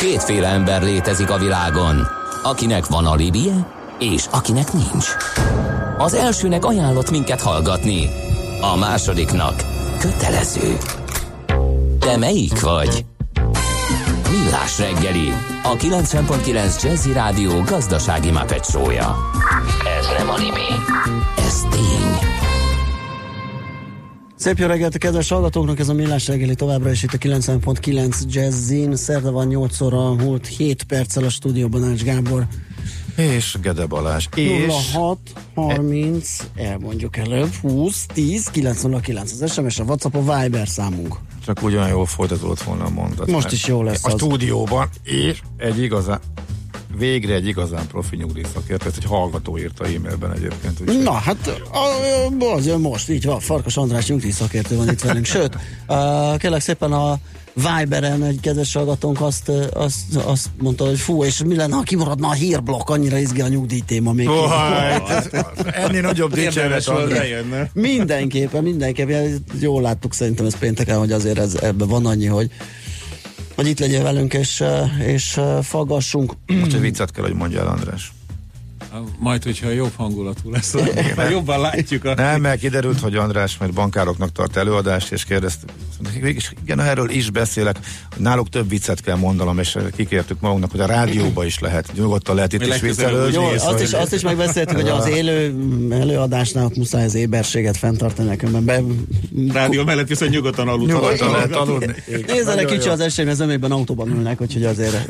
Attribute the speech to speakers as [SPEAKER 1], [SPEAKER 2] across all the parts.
[SPEAKER 1] Kétféle ember létezik a világon, akinek van alibije, és akinek nincs. Az elsőnek ajánlott minket hallgatni, a másodiknak kötelező. Te melyik vagy? Millás reggeli, a 90.9 Jazzy Rádió gazdasági Muppet show-ja. Ez nem anime, ez tény.
[SPEAKER 2] Szép jó reggelt a kedves hallgatóknak, ez a Millás reggeli továbbra is itt a 90.9 Jazzin. Szerda van 8 óra, múlt 7 perccel a stúdióban Ács Gábor.
[SPEAKER 3] És Gede Balázs. És
[SPEAKER 2] 06 30, elmondjuk előbb, 20 10 909 az SMS, a WhatsApp, a Viber számunk.
[SPEAKER 3] csak úgy olyan jól folytatódott volna a mondat.
[SPEAKER 2] Most is jó lesz
[SPEAKER 3] a
[SPEAKER 2] az.
[SPEAKER 3] stúdióban, és végre egy igazán profi nyugdíjszakértő, ezt egy hallgató írta e-mailben egyébként. Úgy
[SPEAKER 2] Na, hát azért most így van, Farkas András nyugdíjszakértő van itt velünk, sőt, kérlek szépen a Viberen egy kedves hallgatónk azt mondta, hogy fú, és mi lenne, ha kimaradna a hírblokk, annyira izgi a nyugdíjtéma még.
[SPEAKER 3] Ennél nagyobb dicséret lejönne.
[SPEAKER 2] Mindenképpen, jól láttuk szerintem ez pénteken, hogy azért ebben van annyi, hogy itt legyél velünk, és faggassunk.
[SPEAKER 3] Most egy viccet kell, hogy mondjál, András.
[SPEAKER 4] Majd, hogyha jobb hangulatú lesz, jobban látjuk.
[SPEAKER 3] Nem, mert kiderült, hogy András mert bankároknak tart előadást, és kérdezte, igen, erről is beszélek, náluk több viccet kell mondanom, és kikértük magunknak, hogy a rádióba is lehet, nyugodtan lehet itt is viccelődni.
[SPEAKER 2] Jó, azt is megbeszéltük, hogy az előadásnál muszáj az éberséget fenntartani nekünk.
[SPEAKER 4] Rádió mellett viszont nyugodtan
[SPEAKER 3] lehet aludni.
[SPEAKER 2] Nézzenek kicsi az esély, mert zömében autóban ülnek, úgyhogy azért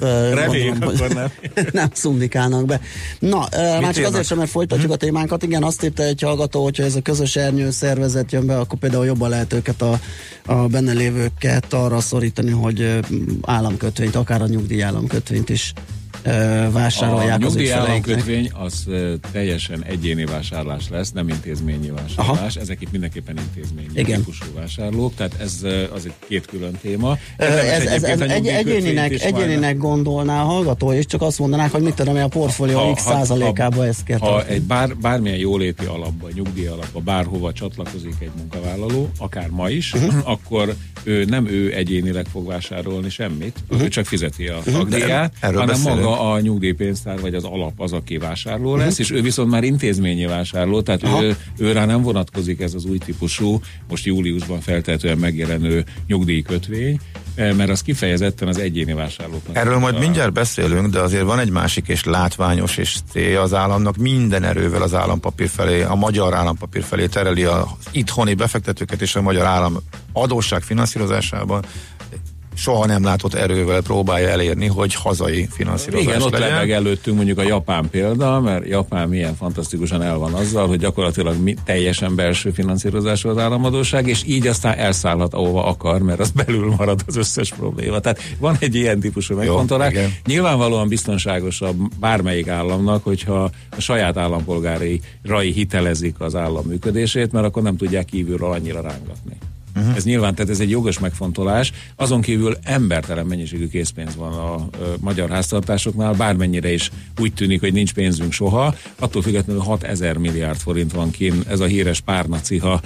[SPEAKER 2] nem szundikálnak be. Na, már csak azért sem, mert folytatjuk a témánkat. Igen, azt írta egy hallgató, hogyha ez a közös ernyő szervezet jön be, akkor például jobban lehet őket a benne lévőket arra szorítani, hogy államkötvényt, akár a nyugdíj államkötvényt is vásárolják az ügyfeleiknek. A
[SPEAKER 4] nyugdíj az teljesen egyéni vásárlás lesz, nem intézményi vásárlás. Ezek itt mindenképpen intézményi típusú vásárlók, tehát ez az egy két külön téma.
[SPEAKER 2] Ez egyéninek gondolná a hallgató, és csak azt mondanák, hogy mit tudom, a portfólió x százalékában ezt kell
[SPEAKER 4] tartani. Ha egy bármilyen jóléti alapba, nyugdíj alapba, bárhova csatlakozik egy munkavállaló, akár ma is, akkor nem ő egyénileg fog vásárolni semmit, ő csak fizeti a tagdíját, hanem maga a nyugdíjpénztár vagy az alap az, aki vásárló lesz, és ő viszont már intézményi vásárló, tehát ő rá nem vonatkozik ez az új típusú, most júliusban feltehetően megjelenő nyugdíjkötvény, mert az kifejezetten az egyéni vásárlóknak.
[SPEAKER 3] Erről majd mindjárt beszélünk, de azért van egy másik és látványos és célja az államnak, minden erővel az állampapír felé, a magyar állampapír felé tereli az itthoni befektetőket és a magyar állam adósság finanszírozásában soha nem látott erővel próbálja elérni, hogy hazai finanszírozás legyen.
[SPEAKER 4] Igen, ott lebeg előttünk mondjuk a japán példa, mert Japán milyen fantasztikusan el van azzal, hogy gyakorlatilag teljesen belső finanszírozású az államadósság, és így aztán elszállhat ahova akar, mert az belül marad az összes probléma. Tehát van egy ilyen típusú megfontolás. Nyilvánvalóan biztonságosabb bármelyik államnak, hogyha a saját állampolgárai hitelezik az állam működését, mert akkor nem tudják kívülről annyira rángatni. Ez nyilván, tehát ez egy jogos megfontolás. Azon kívül embertelen mennyiségű készpénz van a magyar háztartásoknál, bármennyire is úgy tűnik, hogy nincs pénzünk soha. Attól függetlenül 6000 milliárd forint van kín, ez a híres párnaciha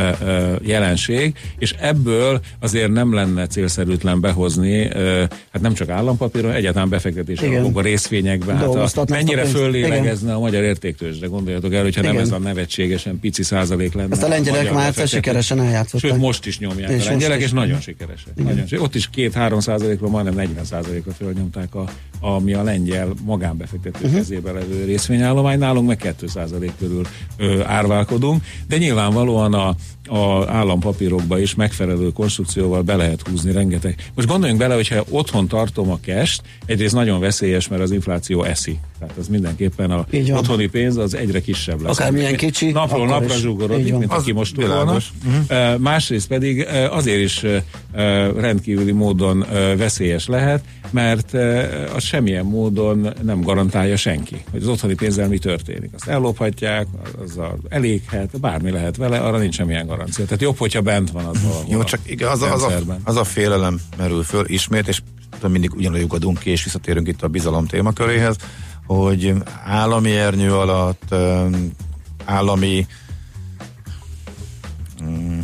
[SPEAKER 4] jelenség, és ebből azért nem lenne célszerűtlen behozni, hát nem csak állampapíron, egyáltalán befektetési alapokba, részvényekbe, hát mennyire föllélegezne a magyar értéktőzsde, gondoljatok el, hogyha nem ez a nevetségesen pici százalék lenne.
[SPEAKER 2] Ezt a lengyelek már sikeresen eljátszották.
[SPEAKER 4] Sőt, most is nyomják a lengyelek, és nagyon sikeresek. Ott is 2-3%-ról, majdnem 40%-ra fölnyomták ami a lengyel magánbefektető kezében levő részvényállomány, nálunk meg 2% körül árválkodunk, de nyilvánvalóan a állampapírokba is megfelelő konstrukcióval be lehet húzni rengeteg. Most gondoljunk bele, hogyha otthon tartom a cash-t, egyrészt nagyon veszélyes, mert az infláció eszi. Tehát az mindenképpen a otthoni pénz az egyre kisebb lesz.
[SPEAKER 2] Akármilyen kicsi.
[SPEAKER 4] Napról napra zsugorodik, mint aki most volna. Másrészt pedig azért is rendkívüli módon veszélyes lehet, mert az semmilyen módon nem garantálja senki, hogy az otthoni pénzzel mi történik. Azt ellophatják, azzal eléghet, bármi lehet vele, arra nincs semmilyen garancia. Tehát jobb, hogyha bent van az valahol.
[SPEAKER 3] Jó, csak az a félelem merül föl ismét, és mindig ugyanúgy ugadunk ki, és visszatérünk itt a bizalom témaköréhez, hogy állami ernyő alatt állami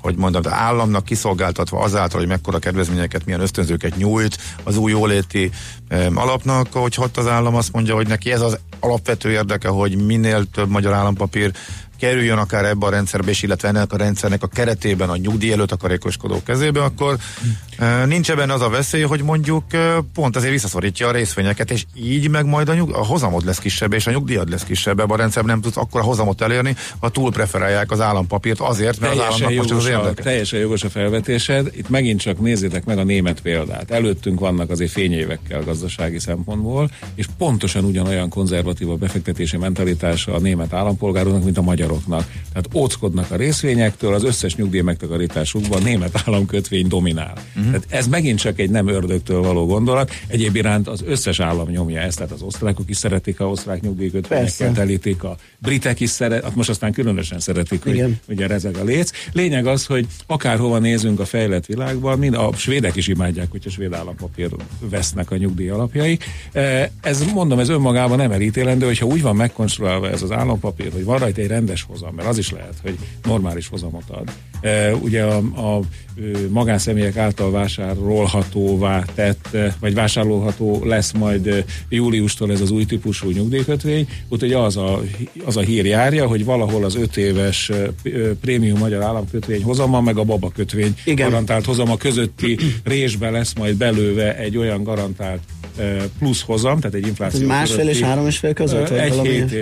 [SPEAKER 3] hogy mondom, az államnak kiszolgáltatva azáltal, hogy mekkora kedvezményeket, milyen ösztönzőket nyújt az új jóléti alapnak, hogy ott az állam azt mondja, hogy neki ez az alapvető érdeke, hogy minél több magyar állampapír kerüljön akár ebbe a rendszerbe, és illetve ennek a rendszernek a keretében a nyugdíj előtt takarékoskodók kezébe, akkor nincs ebben az a veszély, hogy mondjuk pont azért visszaszorítja a részvényeket, és így meg majd a hozamod lesz kisebb, és a nyugdíjad lesz kisebb. Ebben a rendszerben nem tudsz akkora hozamot elérni, ha túl preferálják az állampapírt azért, mert az államnak most az érdeke.
[SPEAKER 4] Teljesen jogos a felvetésed. Itt megint csak nézzétek meg a német példát. Előttünk vannak azért fényévekkel gazdasági szempontból, és pontosan ugyanolyan konzervatív a befektetési mentalitása a német állampolgároknak, mint a magyaroknak. Tehát óckodnak a részvényektől, az összes nyugdíj megtakarításukban német államkötvény dominál. Tehát ez megint csak egy nem ördögtől való gondolat. Egyéb iránt az összes állam nyomja ezt, tehát az osztrákok is szeretik, a osztrák nyugdíjkötvényekkel telítik, a britek is szeretik, most aztán különösen szeretik, hogy ugye rezeg a léc. Lényeg az, hogy akárhova nézünk a fejlett világban, mind a svédek is imádják, hogyha svéd állampapír vesznek a nyugdíj alapjaik. Ez mondom, ez önmagában nem elítélendő, hogyha úgy van megkonstruálva ez az állampapír, hogy van rajta egy rendes hozam, mert az is lehet, hogy normális hozamot ad. Ugye a magánszemélyek által vásárolhatóvá tett, vagy vásárolható lesz majd júliustól ez az új típusú nyugdíjkötvény, úgyhogy az a hír járja, hogy valahol az 5 éves prémium magyar államkötvény hozama, meg a babakötvény garantált hozama közötti résbe lesz majd belőve egy olyan garantált plusz hozam, tehát egy infláció
[SPEAKER 2] másfél és 3,5 között?
[SPEAKER 4] Egy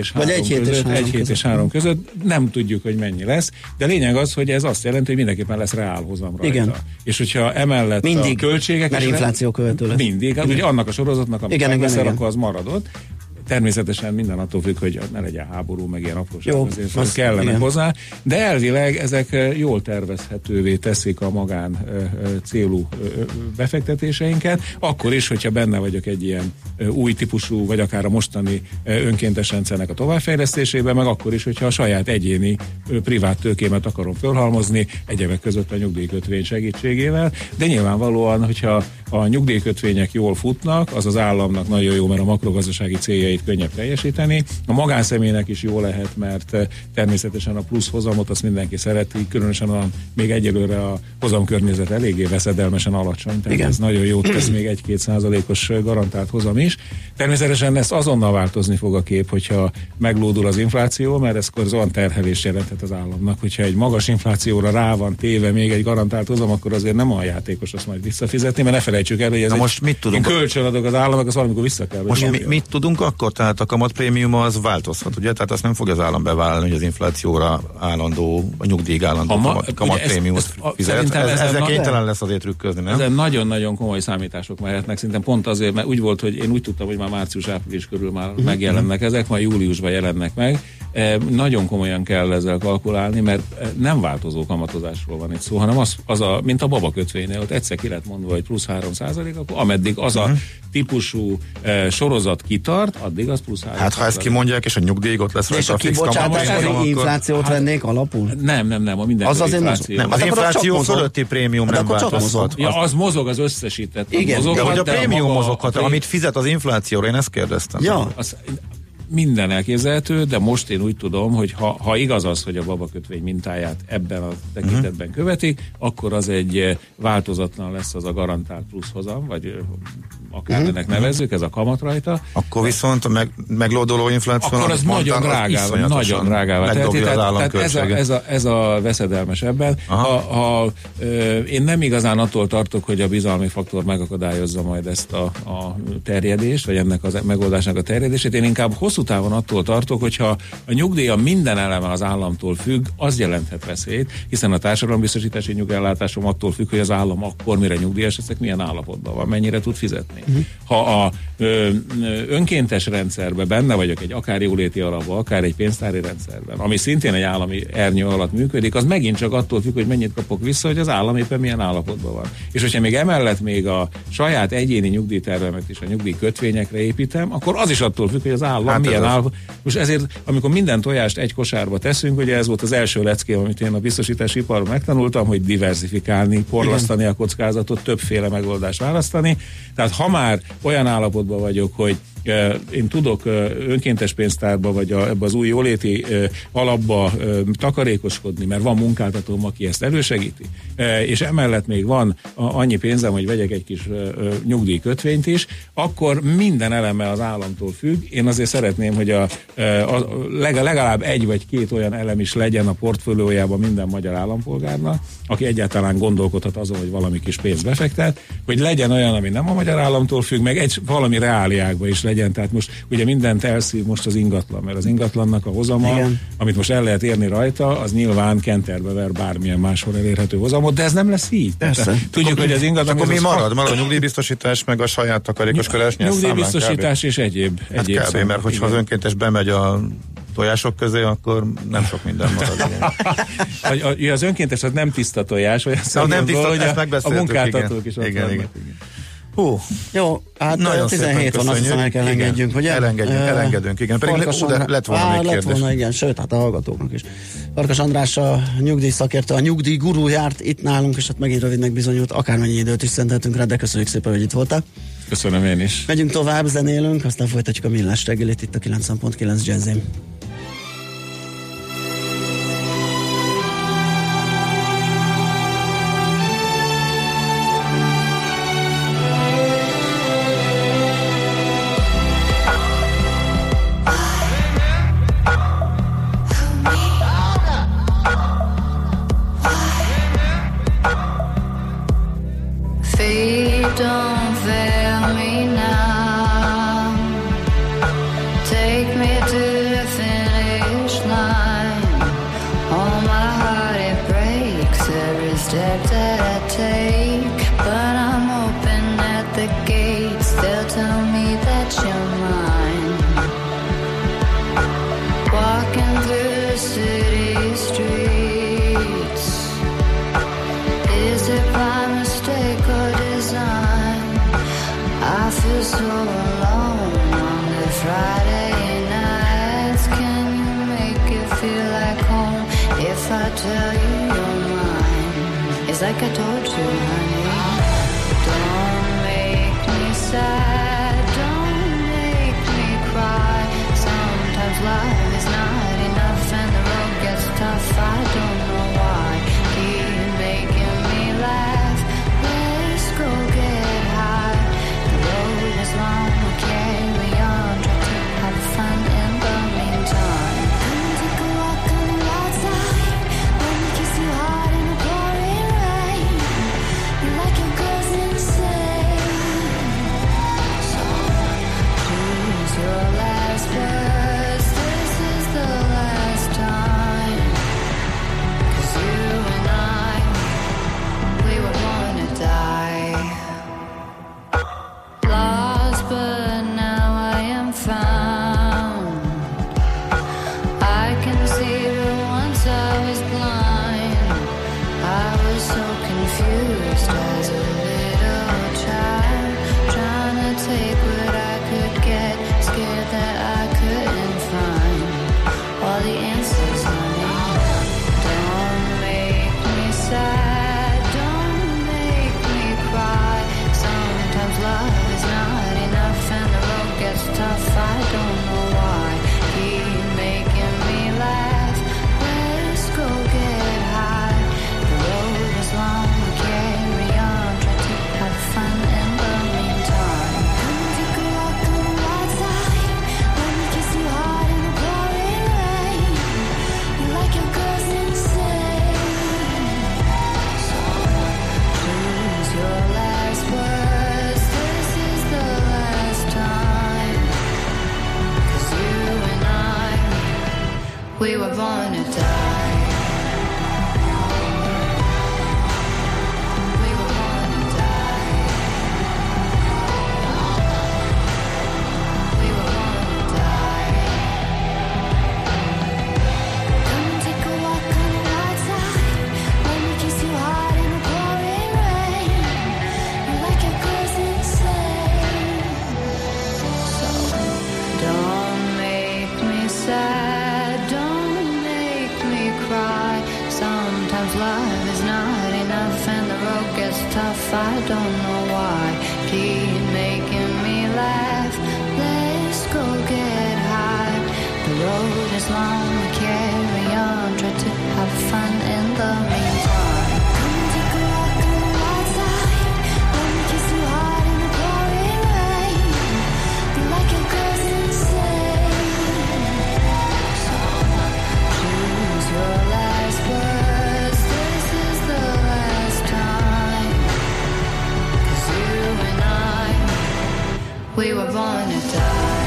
[SPEAKER 4] hét és három között. Nem tudjuk, hogy mennyi lesz, de lényeg az, hogy ez azt jelenti, hogy mindenképpen lesz reál hozam rajta. Igen. És hogyha emellett mindig, a költségek...
[SPEAKER 2] Mert infláció követő lesz.
[SPEAKER 4] Mindig. Hát ugye annak a sorozatnak, amit megveszel, akkor az maradott. Természetesen minden attól függ, hogy ne legyen háború, meg ilyen apróság, azért kellene hozzá, de elvileg ezek jól tervezhetővé teszik a magán célú befektetéseinket, akkor is, hogyha benne vagyok egy ilyen új típusú, vagy akár a mostani önkéntes rendszernek a továbbfejlesztésében, meg akkor is, hogyha a saját egyéni privát tőkémet akarom fölhalmozni, egyebek között a nyugdíjkötvény segítségével, de nyilvánvalóan, hogyha a nyugdíjkötvények jól futnak, az az államnak nagyon jó, mert a makrogazdasági céljait könnyebb teljesíteni. A magánszemélynek is jó lehet, mert természetesen a plusz hozamot azt mindenki szereti, különösen még egyelőre a hozamkörnyezet eléggé veszedelmesen alacsony, tehát ez nagyon jót tesz még 1-2%-os garantált hozam is. Természetesen ezt azonnal változni fog a kép, hogyha meglódul az infláció, mert ez olyan terhelés jelenthet az államnak, hogyha egy magas inflációra rá van téve még egy garantált hozam, akkor azért nem olyan játékos azt majd visszafizetni, mert ne felejtsük el, hogy ez
[SPEAKER 3] most mit tudunk?
[SPEAKER 4] Kölcsönadok az államnak, az valamikor vissza kell.
[SPEAKER 3] Most mit tudunk akkor? Tehát a kamatprémium az változhat, ugye? Tehát azt nem fogja az állam bevállalni, hogy az inflációra állandó, a nyugdíj állandó kamatprémiumot fizet. Ezzel kénytelen lesz azért trükközni, nem?
[SPEAKER 4] Ezen nagyon-nagyon komoly számítások mehetnek, szinte pont azért, mert úgy volt, hogy én úgy tudtam, hogy már március-április körül már megjelennek ezek, majd júliusban jelennek meg. Nagyon komolyan kell ezzel kalkulálni, mert nem változó kamatozásról van itt szó, hanem az mint a babakötvénynél, ott egyszer ki lett mondva, hogy plusz 3%, akkor ameddig az a típusú sorozat kitart, addig az plusz 3%.
[SPEAKER 3] Hát ha ezt kimondják, és a nyugdíjig ott lesz rajta a fix
[SPEAKER 2] kamatprémium, inflációt vennék alapul?
[SPEAKER 4] Nem, a mindenki infláció.
[SPEAKER 3] Nem, az infláció fölötti prémium nem változhat.
[SPEAKER 4] Ja, az mozog, az összesített.
[SPEAKER 3] Igen, de hogy a prémium mozoghat, amit fizet az inflációra, én ezt kérdeztem.
[SPEAKER 2] Ja.
[SPEAKER 4] Minden elképzelhető, de most én úgy tudom, hogy ha igaz az, hogy a babakötvény mintáját ebben a tekintetben követik, akkor az egy változatlan lesz az a garantált plusz hozam, vagy akár ennek nevezzük, ez a kamat rajta.
[SPEAKER 3] Akkor viszont a meglóduló infláció,
[SPEAKER 4] akkor az nagyon drágává teheti. Tehát ez a veszedelmes ebben. Én nem igazán attól tartok, hogy a bizalmi faktor megakadályozza majd ezt a terjedést, vagy ennek a megoldásnak a terjedését. Én inkább hosszú távon attól tartok, hogyha a nyugdíja minden eleme az államtól függ, az jelenthet veszélyt, hiszen a társadalombiztosítási nyugellátásom attól függ, hogy az állam akkor, mire nyugdíjas leszek, milyen állapotban van, mennyire tud fizetni. Ha a önkéntes rendszerben benne vagyok, egy akár jóléti alapban, akár egy pénztári rendszerben, ami szintén egy állami ernyő alatt működik, az megint csak attól függ, hogy mennyit kapok vissza, hogy az állam éppen milyen állapotban van. És hogyha még emellett még a saját egyéni nyugdíjtervemet is a nyugdíjkötvényekre építem, akkor az is attól függ, hogy az állam milyen állapot. Most ezért, amikor minden tojást egy kosárba teszünk, ugye ez volt az első leckém, amit én a biztosítási iparban megtanultam, hogy diversifikálni, porlasztani a kockázatot, többféle megoldást választani. Tehát ha már olyan állapotban vagyok, hogy én tudok önkéntes pénztárba, vagy ebbe az új jóléti alapba takarékoskodni, mert van munkáltatóm, aki ezt elősegíti, és emellett még van annyi pénzem, hogy vegyek egy kis nyugdíjkötvényt is, akkor minden eleme az államtól függ. Én azért szeretném, hogy legalább egy vagy két olyan elem is legyen a portfóliójában minden magyar állampolgárnak, aki egyáltalán gondolkodhat azon, hogy valami kis pénzt befektet, hogy legyen olyan, ami nem a magyar államtól függ, meg valami reáliákban is legyen. Tehát most ugye mindent elszív most az ingatlan, mert az ingatlannak a hozama, igen, amit most el lehet érni rajta, az nyilván kenterbe ver bármilyen máshol elérhető hozamot, de ez nem lesz így. Tudjuk, hogy az ingatlan...
[SPEAKER 3] Akkor mi marad? Marad a nyugdíjbiztosítás, meg a saját takarékoskodás nyerszámlán?
[SPEAKER 4] Nyugdíjbiztosítás és egyéb
[SPEAKER 3] kb. Mert hogyha az önkéntes bemegy a tojások közé, akkor nem sok minden marad.
[SPEAKER 4] Az önkéntes az nem tiszta tojás, vagy
[SPEAKER 3] nem tiszta,
[SPEAKER 4] hogy
[SPEAKER 3] a
[SPEAKER 4] munkáltatók is ott
[SPEAKER 3] igen.
[SPEAKER 2] Hú, jó, hát nagyon 17 van, azt hiszem el kell engedjünk, ugye?
[SPEAKER 3] Elengedünk, igen. Pedig lett volna még kérdés.
[SPEAKER 2] Volna, igen, sőt, hát a hallgatóknak is. Farkas András, a nyugdíj szakértő, a nyugdíj gurú járt itt nálunk, és hát megint rövidnek bizonyult, akármennyi időt is szenteltünk rá, de köszönjük szépen, hogy itt voltál.
[SPEAKER 4] Köszönöm én is.
[SPEAKER 2] Megyünk tovább, zenélünk, aztán folytatjuk a Millás reggelit itt a 90.9 Jazzin.
[SPEAKER 5] Like I told you, honey, don't make me sad, don't make me cry. Sometimes life is not enough and the road gets tough. I don't know why. Keep making me laugh. Let's go get high. The road is long, we'll carry on. Try to have fun in the meantime. Come take a walk on the outside. Let me kiss you hard in the pouring rain. You like your girls insane. So choose your last words. This is the last time. 'Cause you and I, we were born to die. Lost but now I am found. I can see but once I was blind. I was so confused as a little child, trying to take what I could get, scared that I couldn't find all the answers, honey. Don't make me sad, don't make me cry. Sometimes love is not enough and the road gets tough. I don't know why. Keep making me laugh. Let's go get high. The road is long, we'll carry on. Try to have fun in the meantime. Come take a walk on the outside. Let me kiss you hard in the pouring rain. You like your girls insane. So choose your last words. This is the last time. 'Cause you and I, we were born to die. We were born to die. We were born to die. Come and take a walk on the outside. Let me kiss you hard in the pouring rain. You like your girls insane. So don't make me sad, don't make me cry. Sometimes love is not enough and the road gets tough. I don't know why. Keep making me laugh. Let We were born to die.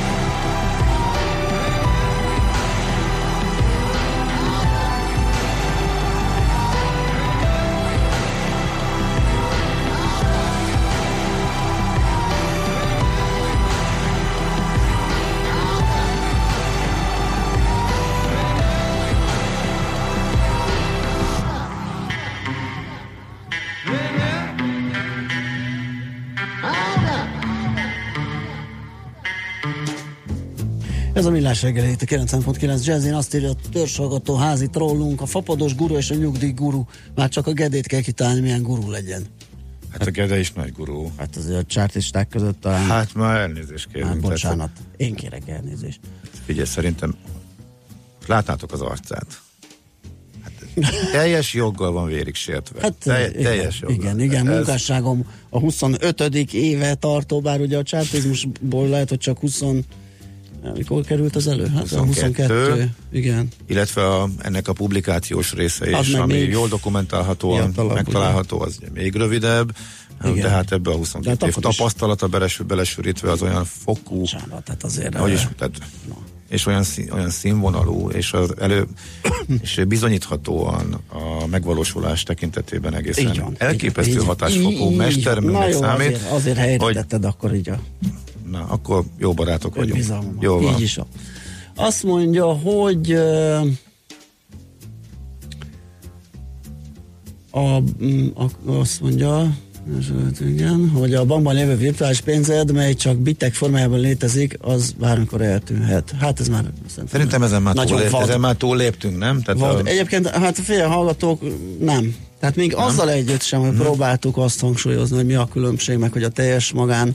[SPEAKER 2] Ez a Millás reggeli, itt a 90.9 Jazzin, azt írja a törzshallgató házi trollunk, a fapados guru és a nyugdíj guru. Már csak a Gedét kell kitálni, milyen guru legyen.
[SPEAKER 3] Hát a Gede is nagy gurú.
[SPEAKER 2] Hát azért a csártisták között talán...
[SPEAKER 3] Hát már elnézést kérünk.
[SPEAKER 2] Hát bocsánat, én kérek elnézést.
[SPEAKER 3] Figyelj, szerintem látnátok az arcát. Hát, teljes joggal van vérig sértve.
[SPEAKER 2] Hát
[SPEAKER 3] teljes joggal.
[SPEAKER 2] Igen, munkásságom a 25. éve tartó, bár ugye a csártizmusból lehet, hogy csak 20... Mikor került az elő? Hát 22. Igen.
[SPEAKER 3] Illetve ennek a publikációs része is, ami jól dokumentálhatóan megtalálható, az még rövidebb. Igen. Tehát ebbe a 22 év tapasztalata belesűrítve az olyan fokú,
[SPEAKER 2] tehát azért
[SPEAKER 3] és olyan színvonalú, és és bizonyíthatóan a megvalósulás tekintetében egészen elképesztő hatásfokú mesterműnek számít.
[SPEAKER 2] Azért helyre tetted akkor így a...
[SPEAKER 3] Na, akkor jó barátok vagyunk. Jó van.
[SPEAKER 2] Így is. Azt mondja, hogy azt mondja, igen, hogy a bankban lévő virtuális pénzed, mely csak bitek formájában létezik, az bármikor eltűnhet. Hát ez már
[SPEAKER 3] szerintem ezen már túl léptünk, nem? Tehát
[SPEAKER 2] egyébként, hát fél hallgatók nem. Tehát még nem? Azzal együtt sem, hogy próbáltuk azt hangsúlyozni, hogy mi a különbség, meg hogy a teljes magán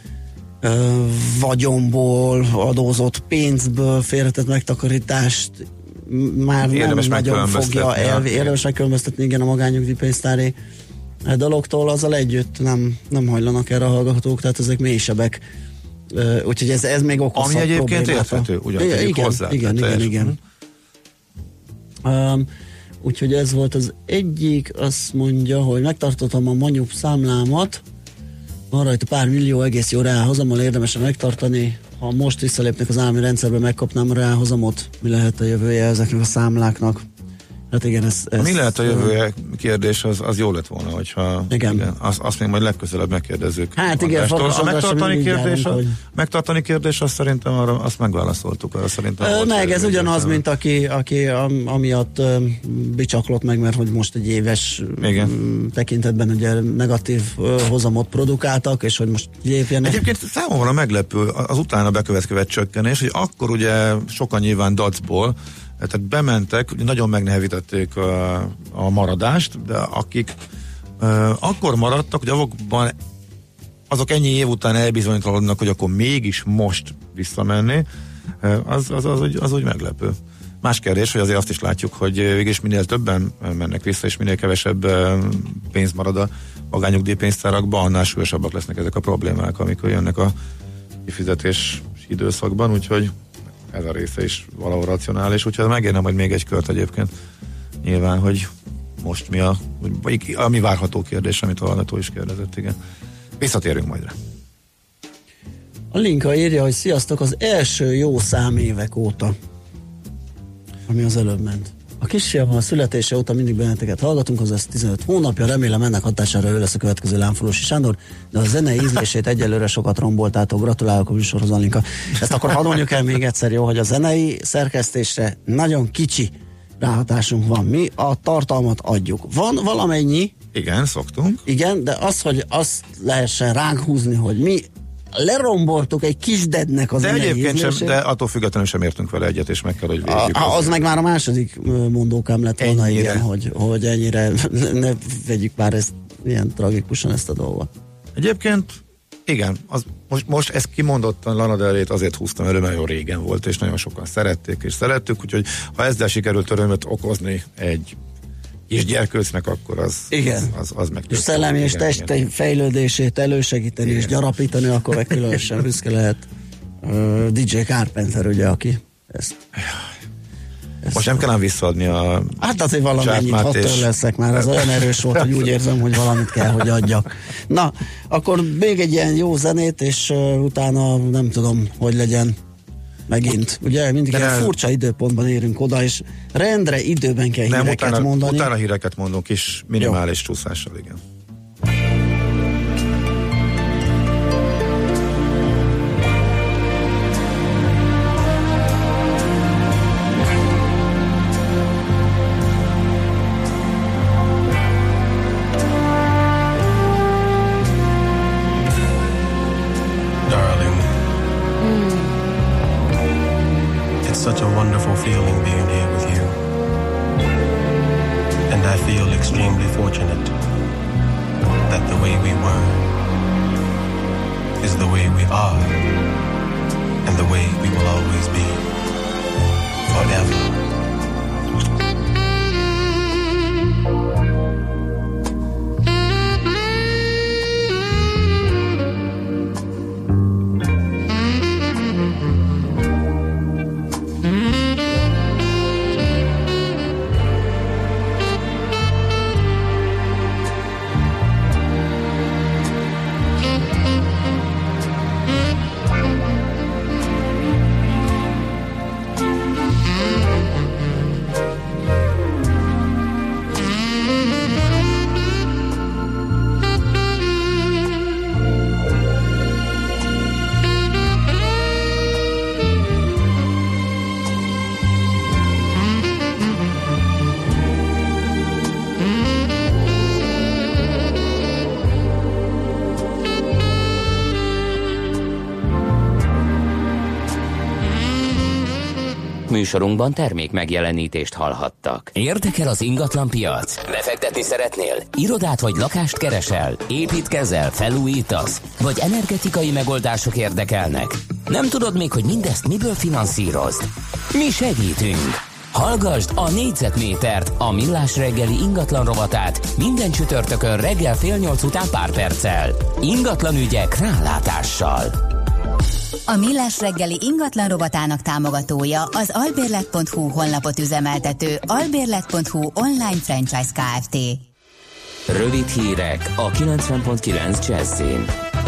[SPEAKER 2] vagyomból, adózott pénzből félretett megtakarítást már
[SPEAKER 3] érdemes
[SPEAKER 2] nem nagyon fogja érdemes megkülönböztetni, igen, a magánnyugdíjpénztári dologtól, azzal együtt nem hajlanak erre a hallgatók, tehát ezek mélyesebbek. Úgyhogy ez még okozhat
[SPEAKER 3] problémát. Ami egyébként érthető,
[SPEAKER 2] igen. Úgyhogy ez volt az egyik, azt mondja, hogy megtartottam a Manyup számlámat, van rajta pár millió, egész jó ráhozammal érdemes megtartani. Ha most visszalépnek az állami rendszerbe, megkapnám a ráhozamot. Mi lehet a jövője ezeknek a számláknak? Hát igen, ez
[SPEAKER 3] mi lehet a jövője kérdés, az jó lett volna, hogyha
[SPEAKER 2] igen.
[SPEAKER 3] Azt még majd legközelebb megkérdezzük.
[SPEAKER 2] Hát igen,
[SPEAKER 3] a megtartani kérdés, azt szerintem azt megválaszoltuk.
[SPEAKER 2] Meg ez ugyanaz, mint aki amiatt bicsaklott meg, mert hogy most egy éves tekintetben ugye negatív hozamot produkáltak, és hogy most lépjenek. Egyébként
[SPEAKER 3] számomra meglepő az utána bekövetkezett csökkenés, hogy akkor ugye sokan nyilván dacból, tehát bementek, nagyon megnehevítették a maradást, de akik akkor maradtak, hogy azok ennyi év után elbizonytalanodnak, hogy akkor mégis most visszamenni, az úgy meglepő. Más kérdés, hogy azért azt is látjuk, hogy végülis minél többen mennek vissza, és minél kevesebb pénz marad a magánnyugdíjpénztárakba, annál súlyosabbak lesznek ezek a problémák, amikor jönnek a kifizetés időszakban, úgyhogy ez a része is valahol racionális, úgyhogy megérne majd még egy kört egyébként. Nyilván, hogy most mi várható kérdés, amit a hallgató is kérdezett, igen. Visszatérünk majd rá.
[SPEAKER 2] A Linka írja, hogy sziasztok, az első jó számévek óta, ami az előbb ment. A kisfiam a születése óta mindig benneteket hallgatunk, az 15 hónapja, remélem ennek hatására ő lesz a következő Lámfolosi Sándor, de a zenei ízlését egyelőre sokat romboltátok, gratulálok a műsorhoz, Alinka. Ezt akkor hadd mondjuk el még egyszer, jó, hogy a zenei szerkesztésre nagyon kicsi ráhatásunk van. Mi a tartalmat adjuk. Van valamennyi.
[SPEAKER 3] Igen, szoktunk.
[SPEAKER 2] Igen, de az, hogy azt lehessen ránk húzni, hogy mi leromboltuk egy kis dednek az
[SPEAKER 3] egyébként sem, de attól függetlenül sem értünk vele egyet, és meg kell, hogy védjük.
[SPEAKER 2] Az meg már a második mondókám lett volna, igen, hogy ennyire ne vegyük már ezt ilyen tragikusan ezt a dolgot.
[SPEAKER 3] Egyébként igen, most ezt kimondottan Lana Del Rey-t azért húztam elő, mert nagyon régen volt, és nagyon sokan szerették, és szerettük, úgyhogy ha ezzel sikerült örömet okozni egy és gyerkőcnek, akkor az meg.
[SPEAKER 2] És szellemi és testi fejlődését elősegíteni és gyarapítani, akkor meg különösen büszke lehet DJ Carpenter, ugye, aki ezt.
[SPEAKER 3] Most nem kellene visszaadni a...
[SPEAKER 2] Hát azért valamennyit, hadd leszek már, az olyan erős volt, hogy úgy érzem, hogy valamit kell, hogy adjak. Na, akkor még egy ilyen jó zenét, és utána nem tudom, hogy legyen megint. Ugye mindig egy furcsa időpontban érünk oda, és rendre időben kell híreket mondani.
[SPEAKER 3] Utána híreket mondunk is, minimális csúszással, igen.
[SPEAKER 6] Such a wonderful feeling being here with you. And I feel extremely fortunate that the way we were is the way we are and the way we will always be forever.
[SPEAKER 1] Műsorunkban termék megjelenítést hallhattak. Érdekel az ingatlanpiac? Befektetni szeretnél? Irodát vagy lakást keresel? Építkezel? Felújítasz? Vagy energetikai megoldások érdekelnek? Nem tudod még, hogy mindezt miből finanszírozd? Mi segítünk! Hallgasd a Négyzetmétert, a Millás reggeli ingatlan rovatát minden csütörtökön reggel 7:30 után pár perccel. Ingatlan ügyek rálátással.
[SPEAKER 7] A Millás reggeli ingatlan rovatának támogatója az albérlet.hu honlapot üzemeltető albérlet.hu online franchise Kft.
[SPEAKER 1] Rövid hírek a 90.9 Jazzin.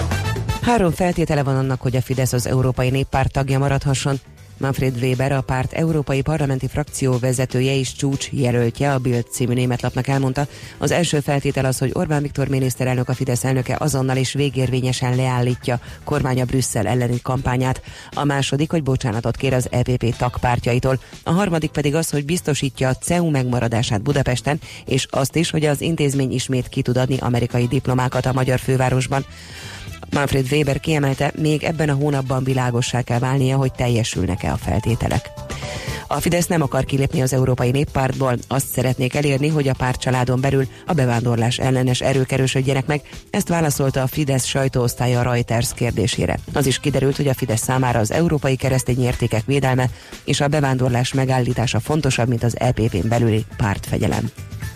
[SPEAKER 8] 3 feltétele van annak, hogy a Fidesz az Európai Néppárt tagja maradhasson. Manfred Weber, a párt európai parlamenti frakció vezetője és csúcs jelöltje, a Bild című német lapnak elmondta. Az első feltétel az, hogy Orbán Viktor miniszterelnök, a Fidesz elnöke azonnal és végérvényesen leállítja kormánya Brüsszel elleni kampányát. A második, hogy bocsánatot kér az EPP tagpártjaitól. A harmadik pedig az, hogy biztosítja a CEU megmaradását Budapesten, és azt is, hogy az intézmény ismét ki tud adni amerikai diplomákat a magyar fővárosban. Manfred Weber kiemelte, még ebben a hónapban világossá kell válnia, hogy teljesülnek-e a feltételek. A Fidesz nem akar kilépni az Európai Néppártból, azt szeretnék elérni, hogy a pártcsaládon belül a bevándorlás ellenes erők erősödjenek meg, ezt válaszolta a Fidesz sajtóosztálya a Reuters kérdésére. Az is kiderült, hogy a Fidesz számára az európai keresztény értékek védelme és a bevándorlás megállítása fontosabb, mint az EPP-n belüli pártfegyelem.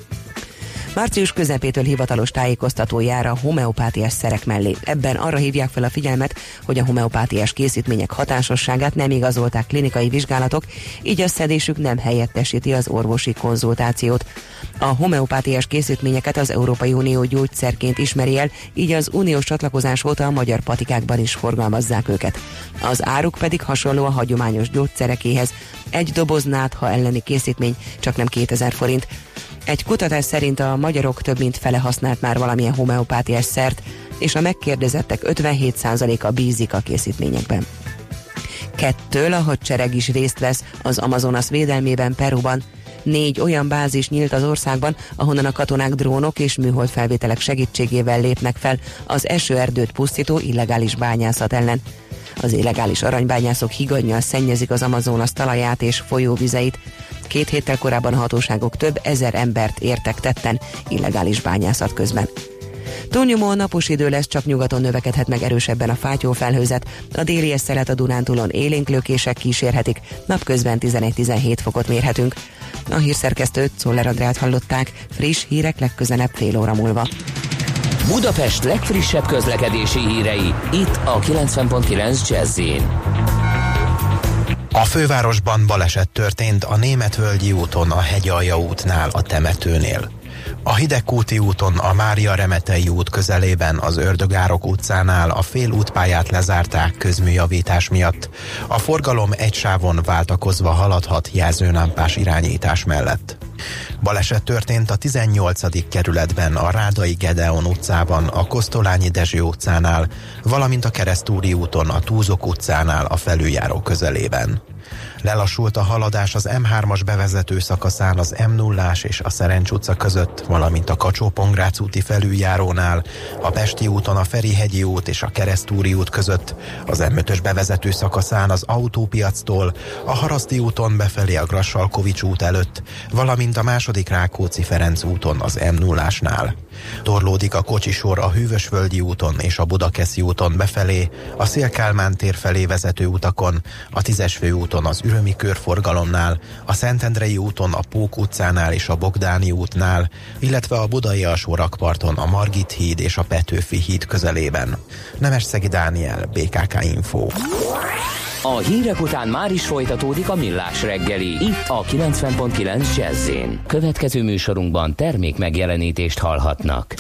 [SPEAKER 8] Március közepétől hivatalos tájékoztató jár a homeopátiás szerek mellé. Ebben arra hívják fel a figyelmet, hogy a homeopátiás készítmények hatásosságát nem igazolták klinikai vizsgálatok, így a szedésük nem helyettesíti az orvosi konzultációt. A homeopátiás készítményeket az Európai Unió gyógyszerként ismeri el, így az uniós csatlakozás óta a magyar patikákban is forgalmazzák őket. Az áruk pedig hasonló a hagyományos gyógyszerekéhez. Egy doboz nátha elleni készítmény csak nem 2000 forint. Egy kutatás szerint a magyarok több mint fele használt már valamilyen homeopátiás szert, és a megkérdezettek 57%-a bízik a készítményekben. 2. A hadsereg is részt vesz az Amazonas védelmében Peruban. 4 olyan bázis nyílt az országban, ahonnan a katonák drónok és műholdfelvételek segítségével lépnek fel az esőerdőt pusztító illegális bányászat ellen. Az illegális aranybányászok higannyal szennyezik az Amazonas talaját és folyóvizeit. 2 héttel korábban a hatóságok több ezer embert értek tetten illegális bányászat közben. Túlnyomó napos idő lesz, csak nyugaton növekedhet meg erősebben a fátyolfelhőzet, a déli szelet a Dunántúlon élénklőkések kísérhetik, napközben 11-17 fokot mérhetünk. A hírszerkesztőt, Czoller Andrát hallották, friss hírek legközelebb fél óra múlva.
[SPEAKER 1] Budapest legfrissebb közlekedési hírei, itt a 90.9 Jazz-in.
[SPEAKER 9] A fővárosban baleset történt a Németvölgyi úton, a Hegyalja útnál, a temetőnél. A Hidegkúti úton, a Mária Remetei út közelében, az Ördögárok utcánál a félútpályát lezárták közműjavítás miatt. A forgalom egy sávon váltakozva haladhat jelzőlámpás irányítás mellett. Baleset történt a 18. kerületben, a Rádai Gedeon utcában, a Kosztolányi Dezső utcánál, valamint a Keresztúri úton, a Túzok utcánál, a felüljáró közelében. Lelassult a haladás az M3-as bevezető szakaszán az M0-ás és a Szerencs utca között, valamint a Kacsó-Pongrác úti felüljárónál, a Pesti úton a Ferihegyi út és a Keresztúri út között, az M5-ös bevezető szakaszán az Autópiactól, a Haraszti úton befelé a Grassalkovics út előtt, valamint a második Rákóczi-Ferenc úton az M0-ásnál. Torlódik a kocsisor a Hűvösvölgyi úton és a Budakeszi úton befelé, a Széll-Kálmán tér felé vezető utakon, a 10-es főúton az Ürömi körforgalomnál, a Szentendrei úton a Pók utcánál és a Bogdáni útnál, illetve a Budai alsó-rakparton a Margit híd és a Petőfi híd közelében. Nemesszegi Dániel, BKK Info.
[SPEAKER 1] A hírek után már is folytatódik a Millás reggeli, itt a 90.9 Jazz-én. Következő műsorunkban termék megjelenítést hallhatnak.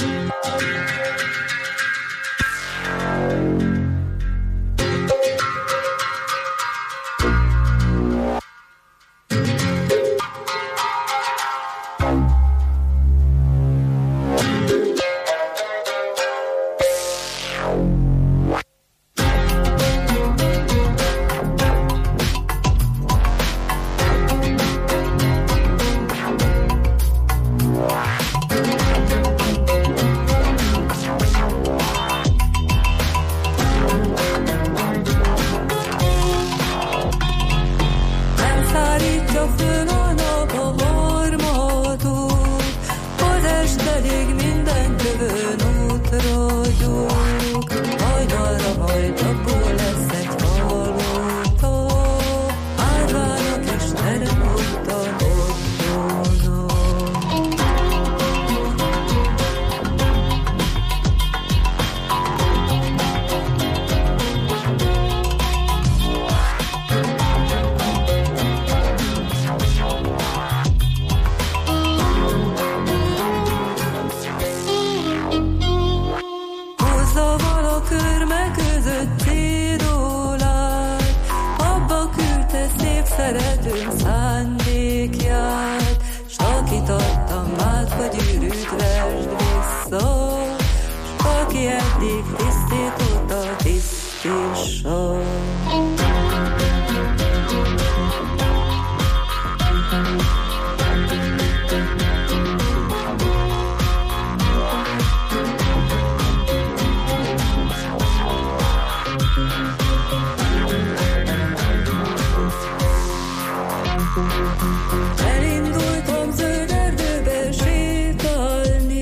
[SPEAKER 10] Elindultam zöld erdőbe sétálni,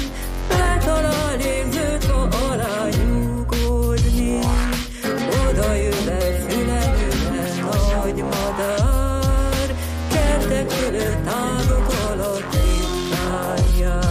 [SPEAKER 10] letalál légzőt ma alá nyugodni. Oda jön el füleműre nagy madár, kertek fölött ágok alatt ritkán jár.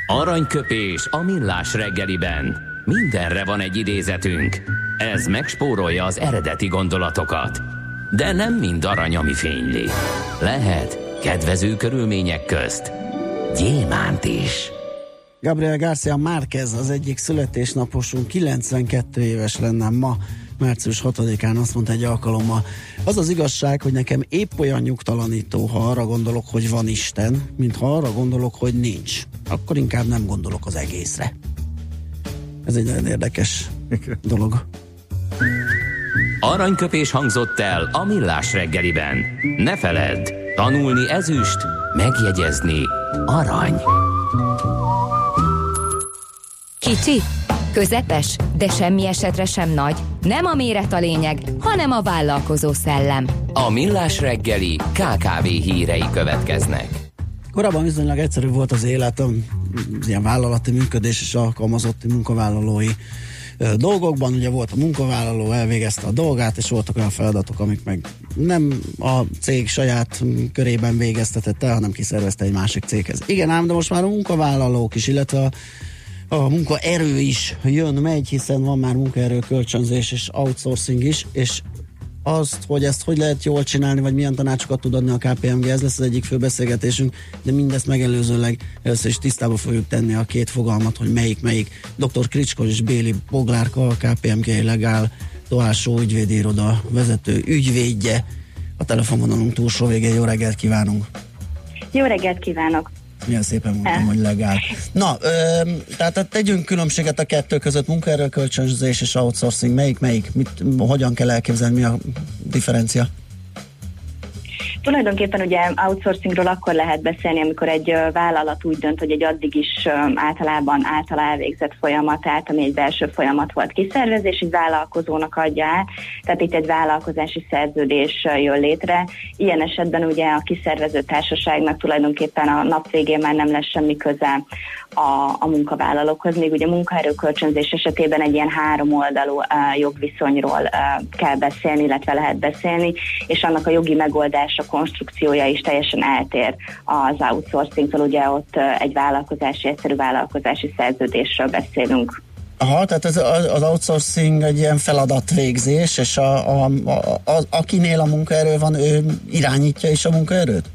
[SPEAKER 1] Aranyköpés a millás reggeliben. Mindenre van egy idézetünk. Ez megspórolja az eredeti gondolatokat. De nem mind arany, ami fényli. Lehet kedvező körülmények közt gyémánt is.
[SPEAKER 2] Gabriel García Márquez az egyik születésnaposunk, 92 éves lenne ma, március 6-án, azt mondta egy alkalommal: az az igazság, hogy nekem épp olyan nyugtalanító, ha arra gondolok, hogy van Isten, mint ha arra gondolok, hogy nincs. Akkor inkább nem gondolok az egészre. Ez egy nagyon érdekes dolog.
[SPEAKER 1] Aranyköpés hangzott el a millás reggeliben. Ne feledd, tanulni ezüst, megjegyezni arany.
[SPEAKER 11] Kicsi, közepes, de semmi esetre sem nagy. Nem a méret a lényeg, hanem a vállalkozó szellem.
[SPEAKER 1] A millás reggeli KKV hírei következnek.
[SPEAKER 2] Korábban viszonylag egyszerű volt az élet, az ilyen vállalati működés és alkalmazotti munkavállalói dolgokban. Ugye volt a munkavállaló, elvégezte a dolgát, és voltak olyan feladatok, amik meg nem a cég saját körében végeztetett el, hanem kiszervezte egy másik céghez. Igen ám, de most már a munkavállalók is, illetve a munkaerő is jön-megy, hiszen van már munkaerő kölcsönzés és outsourcing is, és azt, hogy ezt hogy lehet jól csinálni, vagy milyen tanácsokat tud adni a KPMG, ez lesz az egyik fő beszélgetésünk, de mindezt megelőzőleg először is tisztába fogjuk tenni a két fogalmat, hogy melyik. Dr. Kricskos és Béli Boglárka, a KPMG Legál Toásó ügyvédi iroda vezető ügyvédje. A telefonvonalunk túlsó végén. Jó reggelt kívánunk!
[SPEAKER 12] Jó reggelt kívánok!
[SPEAKER 2] Milyen szépen mondtam, hogy legál. Na, tehát tegyünk különbséget a kettő között, munkaerőkölcsönzés és outsourcing. Melyik? Hogyan kell elképzelni, mi a differencia?
[SPEAKER 12] Tulajdonképpen ugye outsourcingról akkor lehet beszélni, amikor egy vállalat úgy dönt, hogy egy addig is általában által elvégzett folyamatát, ami egy belső folyamat volt, kiszervezés, egy vállalkozónak adja át, tehát itt egy vállalkozási szerződés jön létre. Ilyen esetben ugye a kiszervező társaságnak tulajdonképpen a nap végén már nem lesz semmi köze a munkavállalókhoz, még ugye munkaerőkölcsönzés esetében egy ilyen háromoldalú jogviszonyról kell beszélni, illetve lehet beszélni, és annak a jogi megoldása, konstrukciója is teljesen eltér az outsourcingtól, ugye ott egy egyszerű vállalkozási szerződésről beszélünk.
[SPEAKER 2] Aha, tehát az outsourcing egy ilyen feladatvégzés, és akinél a munkaerő van, ő irányítja is a munkaerőt?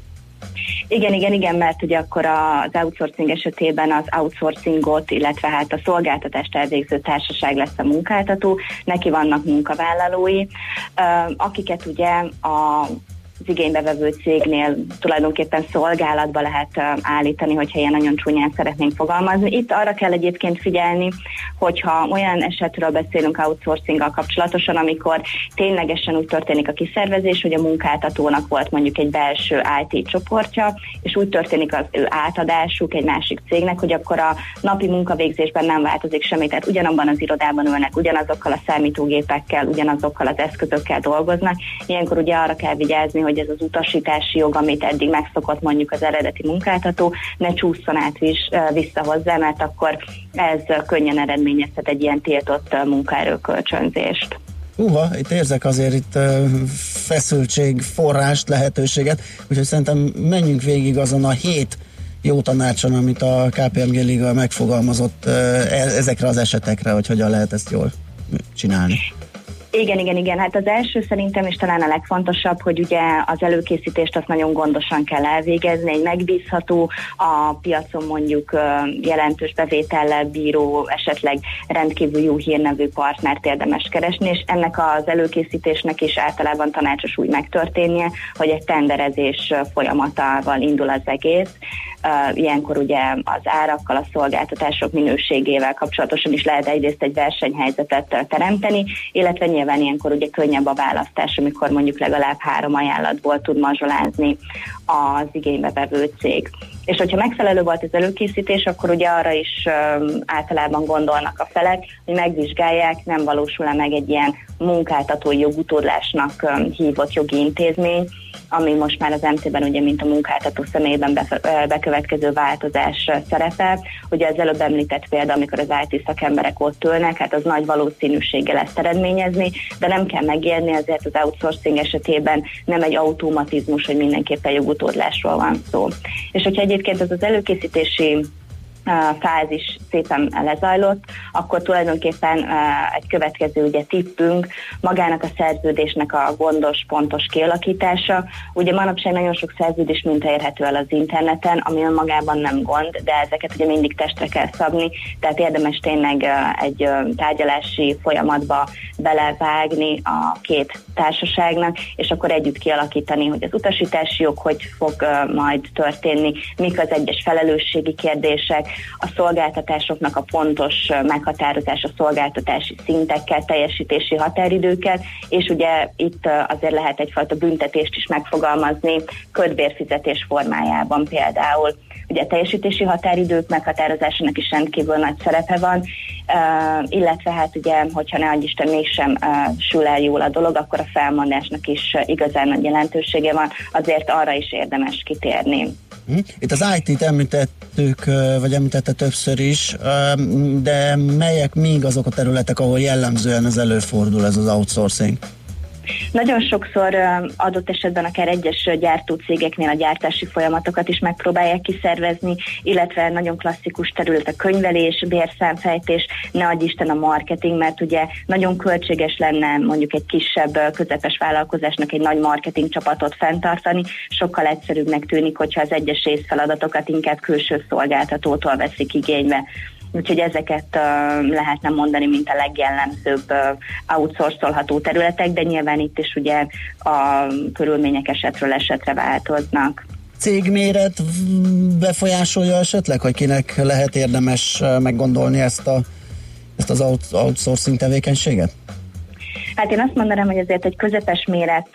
[SPEAKER 12] Igen, mert ugye akkor az outsourcing esetében az outsourcingot, illetve hát a szolgáltatást elvégző társaság lesz a munkáltató, neki vannak munkavállalói, akiket ugye az igénybevevő cégnél tulajdonképpen szolgálatba lehet állítani, hogyha ilyen nagyon csúnyán szeretnénk fogalmazni. Itt arra kell egyébként figyelni, hogyha olyan esetről beszélünk outsourcinggal kapcsolatosan, amikor ténylegesen úgy történik a kiszervezés, hogy a munkáltatónak volt mondjuk egy belső IT csoportja, és úgy történik az ő átadásuk egy másik cégnek, hogy akkor a napi munkavégzésben nem változik semmi, tehát ugyanabban az irodában ülnek, ugyanazokkal a számítógépekkel, ugyanazokkal az eszközökkel dolgoznak. Ilyenkor ugye arra kell vigyázni, hogy ez az utasítási jog, amit eddig megszokott mondjuk az eredeti munkáltató, ne csúszson át vissza hozzá, mert akkor ez könnyen eredményezhet egy ilyen tiltott munkaerőkölcsönzést.
[SPEAKER 2] Itt érzek azért feszültség, forrást, lehetőséget, úgyhogy szerintem menjünk végig azon a 7 jó tanácson, amit a KPMG Liga megfogalmazott ezekre az esetekre, hogy hogyan lehet ezt jól csinálni.
[SPEAKER 12] Igen. Hát az első szerintem, és talán a legfontosabb, hogy ugye az előkészítést azt nagyon gondosan kell elvégezni, egy megbízható, a piacon mondjuk jelentős bevétellel bíró, esetleg rendkívül jó hírnevű partnert érdemes keresni, és ennek az előkészítésnek is általában tanácsos úgy megtörténnie, hogy egy tenderezés folyamatával indul az egész. Ilyenkor ugye az árakkal, a szolgáltatások minőségével kapcsolatosan is lehet egyrészt egy versenyhelyzetet teremteni, illetve nyilván ilyenkor ugye könnyebb a választás, amikor mondjuk legalább 3 ajánlatból tud mazsolázni az igénybevevő cég. És hogyha megfelelő volt az előkészítés, akkor ugye arra is általában gondolnak a felek, hogy megvizsgálják, nem valósul-e meg egy ilyen munkáltatói jogutódlásnak hívott jogi intézmény, ami most már az MT-ben ugye mint a munkáltató személyében bekövetkező változás szerepel. Ugye az előbb említett példa, amikor az IT szakemberek ott ülnek, hát az nagy valószínűséggel ezt eredményezni, de nem kell megijedni, azért az outsourcing esetében nem egy automatizmus, hogy mindenképpen jogutódlásról van szó. És hogyha egyébként ez az előkészítési fázis szépen lezajlott, akkor tulajdonképpen egy következő ugye tippünk magának a szerződésnek a gondos, pontos kialakítása. Ugye manapság nagyon sok szerződés minta érhető el az interneten, ami önmagában nem gond, de ezeket ugye mindig testre kell szabni, tehát érdemes tényleg egy tárgyalási folyamatba belevágni a két társaságnak, és akkor együtt kialakítani, hogy az utasítási jog hogy fog majd történni, mik az egyes felelősségi kérdések, a szolgáltatásoknak a pontos meghatározás, a szolgáltatási szintekkel, teljesítési határidőkkel, és ugye itt azért lehet egyfajta büntetést is megfogalmazni kötbérfizetés formájában például. Ugye a teljesítési határidők meghatározásának is rendkívül nagy szerepe van, illetve hát ugye, hogyha ne adj Isten mégsem sül el jól a dolog, akkor a felmondásnak is igazán nagy jelentősége van, azért arra is érdemes kitérni.
[SPEAKER 2] Itt az IT-t említettük, vagy említette többször is, de melyek még azok a területek, ahol jellemzően ez előfordul, ez az outsourcing?
[SPEAKER 12] Nagyon sokszor adott esetben akár egyes gyártócégeknél a gyártási folyamatokat is megpróbálják kiszervezni, illetve nagyon klasszikus terület a könyvelés, bérszámfejtés, ne adj Isten a marketing, mert ugye nagyon költséges lenne mondjuk egy kisebb, közepes vállalkozásnak egy nagy marketing csapatot fenntartani, sokkal egyszerűbbnek tűnik, hogyha az egyes részfeladatokat inkább külső szolgáltatótól veszik igénybe. Úgyhogy ezeket lehetne mondani, mint a legjellemzőbb outsourcolható területek, de nyilván itt is ugye a körülmények esetről esetre változnak.
[SPEAKER 2] Cégméret befolyásolja esetleg, hogy kinek lehet érdemes meggondolni ezt az outsourcing tevékenységet?
[SPEAKER 12] Hát én azt mondanám, hogy azért egy közepes méret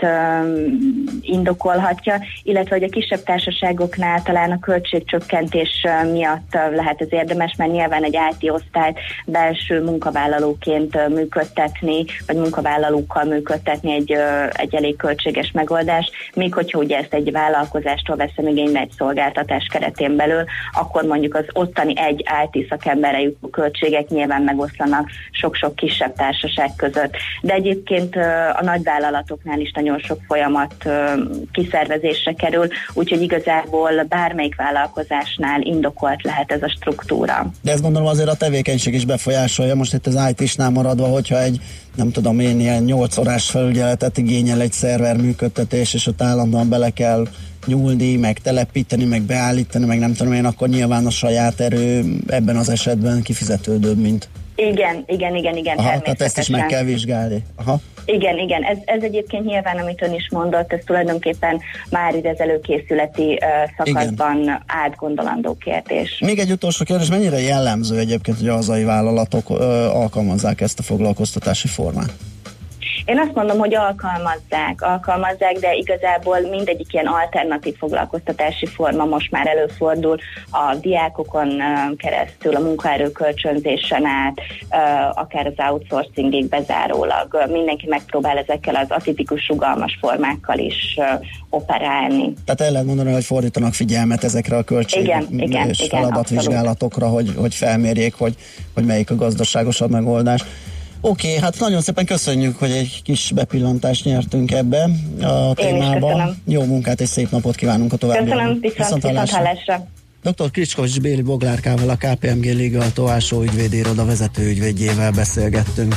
[SPEAKER 12] indokolhatja, illetve hogy a kisebb társaságoknál talán a költségcsökkentés miatt lehet ez érdemes, mert nyilván egy IT osztályt belső munkavállalóként működtetni, vagy munkavállalókkal működtetni egy elég költséges megoldás, még hogyha ugye ezt egy vállalkozástól veszem igénybe egy szolgáltatás keretén belül, akkor mondjuk az ottani egy IT szakemberre jutó költségek nyilván megoszlanak sok-sok kisebb társaság között. De egyébként a nagyvállalatoknál is nagyon sok folyamat kiszervezésre kerül, úgyhogy igazából bármelyik vállalkozásnál indokolt lehet ez a struktúra. De ezt
[SPEAKER 2] gondolom azért a tevékenység is befolyásolja, most itt az IT-snál maradva, hogyha egy nem tudom én, ilyen 8 órás felügyeletet igényel egy szerver működtetés, és ott állandóan bele kell nyúlni, meg telepíteni, meg beállítani, meg nem tudom én, akkor nyilván a saját erő ebben az esetben kifizetődőbb, mint...
[SPEAKER 12] Igen,
[SPEAKER 2] Aha, tehát ezt is meg kell vizsgálni. Aha.
[SPEAKER 12] Igen, ez egyébként nyilván, amit ön is mondott, ez tulajdonképpen már ide az előkészületi szakaszban átgondolandó kérdés.
[SPEAKER 2] Még egy utolsó kérdés, mennyire jellemző egyébként, hogy a hazai vállalatok alkalmazzák ezt a foglalkoztatási formát?
[SPEAKER 12] Én azt mondom, hogy alkalmazzák, de igazából mindegyik ilyen alternatív foglalkoztatási forma most már előfordul a diákokon keresztül, a munkaerőkölcsönzésen át, akár az outsourcingig bezárólag. Mindenki megpróbál ezekkel az atipikus rugalmas formákkal is operálni.
[SPEAKER 2] Tehát el lehet mondani, hogy fordítanak figyelmet ezekre a költség és feladatvizsgálatokra, hogy felmérjék, hogy melyik a gazdaságosabb megoldás. Oké, hát nagyon szépen köszönjük, hogy egy kis bepillantást nyertünk ebbe a témába. Jó munkát és szép napot kívánunk a továbbiakban.
[SPEAKER 12] Köszönöm, viszont hallásra.
[SPEAKER 2] Dr. Kricskovics Béli Boglárkával, a KPMG Legal alsó ügyvédiroda vezető ügyvédjével beszélgettünk.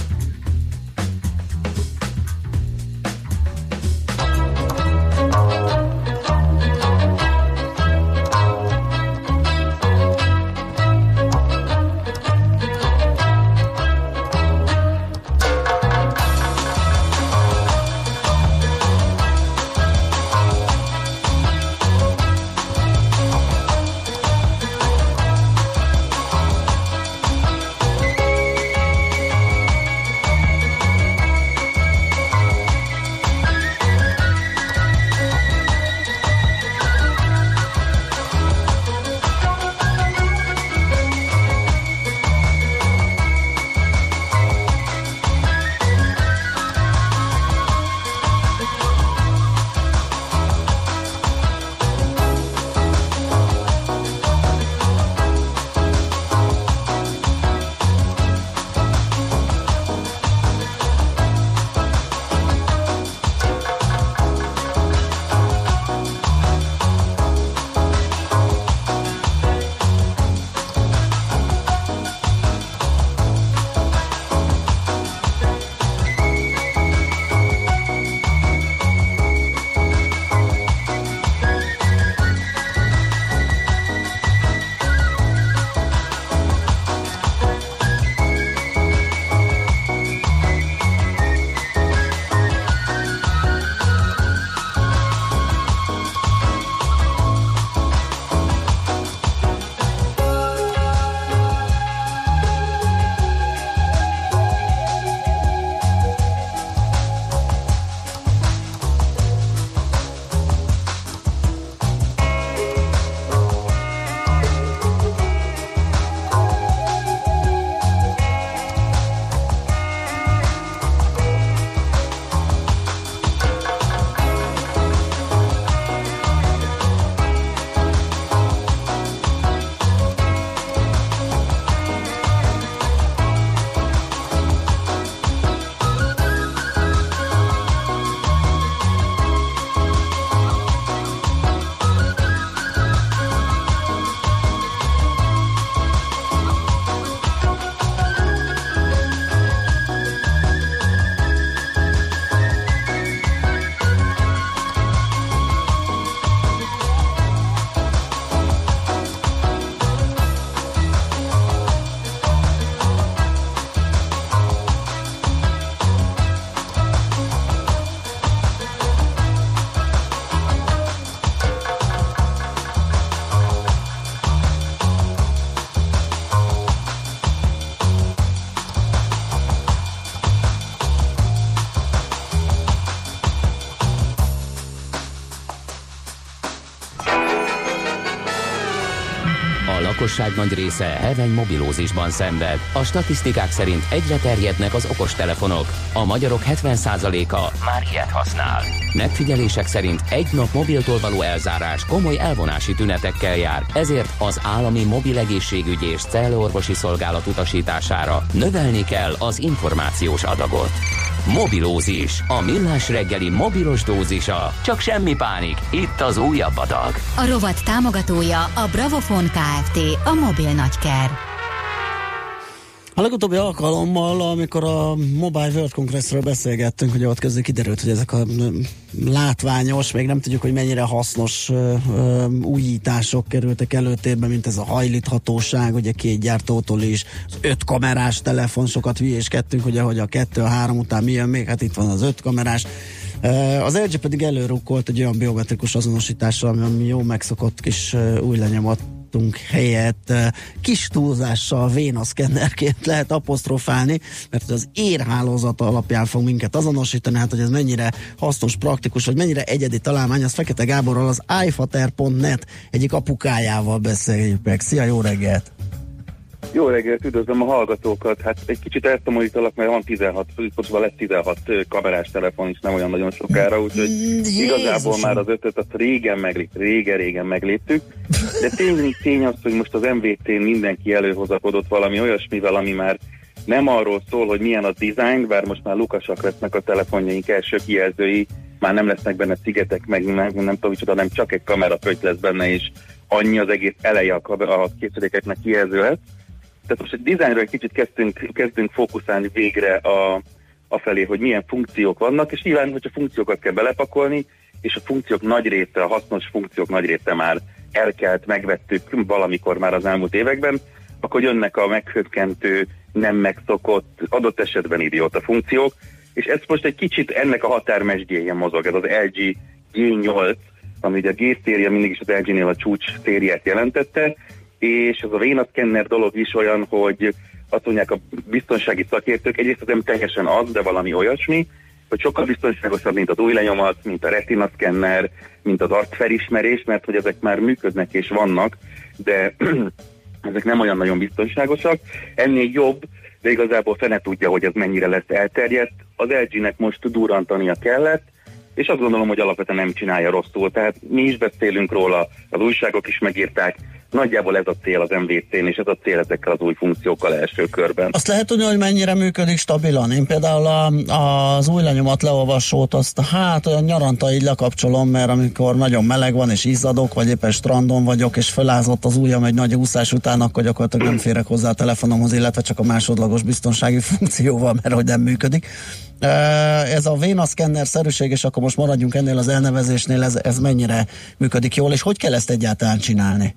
[SPEAKER 1] lakosság nagy része heveny mobilózisban szenved. A statisztikák szerint egyre terjednek az okostelefonok. A magyarok 70%-a már ilyet használ. Megfigyelések szerint egy nap mobiltól való elzárás komoly elvonási tünetekkel jár, ezért az állami mobil egészségügyi és cellorvosi szolgálat utasítására növelni kell az információs adagot. Mobilózis, a millás reggeli mobilos dózisa. Csak semmi pánik, itt az újabb adag.
[SPEAKER 7] A rovat támogatója a Bravofon Kft. A mobil nagyker.
[SPEAKER 2] A legutóbbi alkalommal, amikor a Mobile World Congressről beszélgettünk, ugye ott közül kiderült, hogy ezek a látványos, még nem tudjuk, hogy mennyire hasznos újítások kerültek előtérbe, mint ez a hajlíthatóság, ugye két gyártótól is, az 5 kamerás telefon, sokat hülyéskedtünk, ugye, hogy a 2, a 3 után mi jön még, hát itt van az 5 kamerás. Az LG pedig előrukkolt egy olyan biometrikus azonosítással, ami jó megszokott kis új lenyomatunk helyett kis túlzással vénaszkennerként lehet apostrofálni, mert az érhálózat alapján fog minket azonosítani, hát hogy ez mennyire hasznos, praktikus, vagy mennyire egyedi találmány, az Fekete Gáborral, az iFater.net egyik apukájával beszéljük meg. Szia, jó reggelt!
[SPEAKER 13] Jó reggelt, üdvözlöm a hallgatókat. Hát egy kicsit elszomorítalak, mert van 16, lesz 16 kamerás telefon is nem olyan nagyon sokára, úgyhogy igazából már az 5-öt azt régen megléptük. De tény az, hogy most az MVT-n mindenki előhozakodott valami olyasmivel, ami már nem arról szól, hogy milyen a design, bár most már lukasak lesznek a telefonjaink első kijelzői, már nem lesznek benne szigetek, meg nem tudom micsoda, nem csak egy kamerapötty lesz benne, és annyi az egész eleje a készülékeknek kijelzőhez. Tehát most egy dizájnról egy kicsit kezdünk fókuszálni végre afelé, hogy milyen funkciók vannak, és nyilván, hogyha funkciókat kell belepakolni, és a funkciók nagy része, a hasznos funkciók nagy része már elkelt, megvettük valamikor már az elmúlt években, akkor jönnek a meghökkentő, nem megszokott, adott esetben idióta funkciók, és ez most egy kicsit ennek a határmesdjéjén mozog, ez az LG G8, ami ugye a G-széria mindig is az LG-nél a csúcs szériát jelentette, és ez a vénaszkenner dolog is olyan, hogy azt mondják a biztonsági szakértők, egyrészt az nem teljesen az, de valami olyasmi, hogy sokkal biztonságosabb, mint az új lenyomat, mint a retina szkenner, mint az arcfelismerés, mert hogy ezek már működnek és vannak, de ezek nem olyan nagyon biztonságosak. Ennél jobb, de igazából fene tudja, hogy ez mennyire lesz elterjedt. Az LG-nek most durrantania kellett, és azt gondolom, hogy alapvetően nem csinálja rosszul. Tehát mi is beszélünk róla, az újságok is megírták, nagyjából ez a cél az MVC-n, és ez a cél ezekkel az új funkciókkal első körben.
[SPEAKER 2] Azt lehet tudni, hogy mennyire működik stabilan. Én például az új lenyomat leolvasót azt olyan nyaranta így lekapcsolom, mert amikor nagyon meleg van és izzadok, vagy éppen strandon vagyok, és felázott az ujjam egy nagy úszás után, akkor gyakorlatilag nem férek hozzá a telefonomhoz, illetve csak a másodlagos biztonsági funkcióval, mert hogy nem működik. Ez a vénaszkenner-szerűség, és akkor most maradjunk ennél az elnevezésnél, ez mennyire működik jól, és hogy kell ezt egyáltalán csinálni?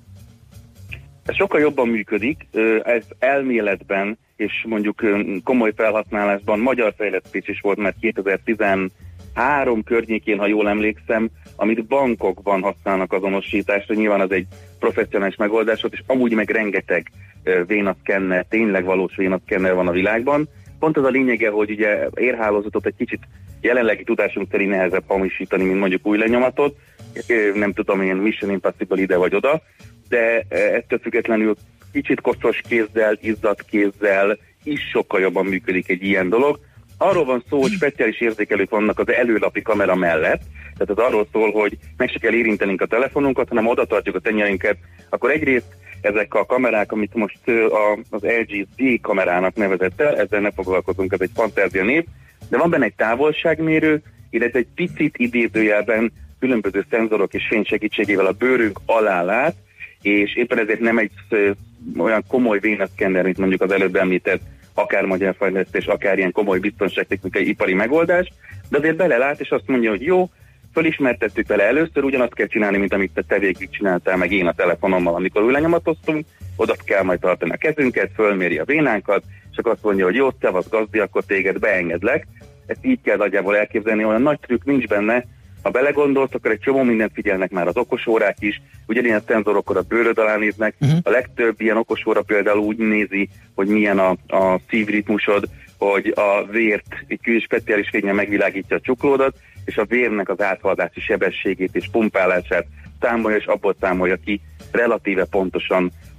[SPEAKER 13] Ez sokkal jobban működik, ez elméletben és mondjuk komoly felhasználásban magyar fejlesztés is volt, mert 2013 környékén, ha jól emlékszem, amit bankokban használnak azonosításra, nyilván az egy professzionális megoldás volt, és amúgy meg rengeteg vénaszkenner, tényleg valós vénaszkenner van a világban. Pont az a lényege, hogy ugye érhálózatot egy kicsit jelenlegi tudásunk szerint nehezebb hamisítani, mint mondjuk új lenyomatot, nem tudom, ilyen Mission Impossible ide vagy oda, de ettől függetlenül kicsit koszos kézzel, izzadt kézzel is sokkal jobban működik egy ilyen dolog. Arról van szó, hogy speciális érzékelők vannak az előlapi kamera mellett, tehát az arról szól, hogy meg se kell érintenünk a telefonunkat, hanem oda tartjuk a tenyerünket, akkor egyrészt ezek a kamerák, amit most az LG Z kamerának nevezett el, ezzel ne foglalkozunk, ez egy fantázia név, de van benne egy távolságmérő, illetve egy picit idézőjelben különböző szenzorok és fény segítségével a bőrünk alá lát, és éppen ezért nem egy olyan komoly vénaszkenner, mint mondjuk az előbb említett, akár magyar fejlesztés, akár ilyen komoly biztonságtechnikai ipari megoldás, de azért belelát, és azt mondja, hogy jó, fölismertettük vele először, ugyanazt kell csinálni, mint amit te végig csináltál, meg én a telefonommal, amikor új lenyomatoztunk, oda kell majd tartani a kezünket, fölméri a vénánkat, és akkor azt mondja, hogy jó, szevasz gazdi, akkor téged beengedlek. Ezt így kell nagyjából elképzelni, olyan nagy trükk nincs benne. Ha belegondolsz, akkor egy csomó mindent figyelnek már az okosórák is, ugyanilyen szenzorokkor a bőröd alá néznek, a legtöbb ilyen okosóra például úgy nézi, hogy milyen a szívritmusod, hogy a vért egy speciális fényen megvilágítja a csuklódat, és a vérnek az áthaladási sebességét és pumpálását számolja, és abból számolja ki relatíve pontosan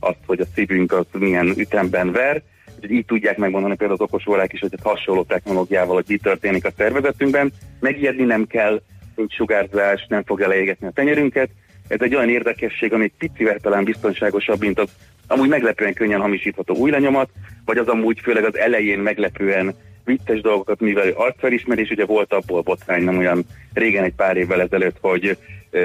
[SPEAKER 13] azt, hogy a szívünk az milyen ütemben ver, úgyhogy így tudják megmondani például az okosórák is, hogy hasonló technológiával, hogy mi történik a szervezetünkben. Megijedni nem kell, nincs sugárzás, nem fogja leégetni a tenyerünket. Ez egy olyan érdekesség, ami egy picivel talán biztonságosabb, mint az amúgy meglepően könnyen hamisítható új lenyomat, vagy az amúgy főleg az elején meglepően vicces dolgokat művelő arcfelismerés. Ugye volt abból botrány nem olyan régen, egy pár évvel ezelőtt, hogy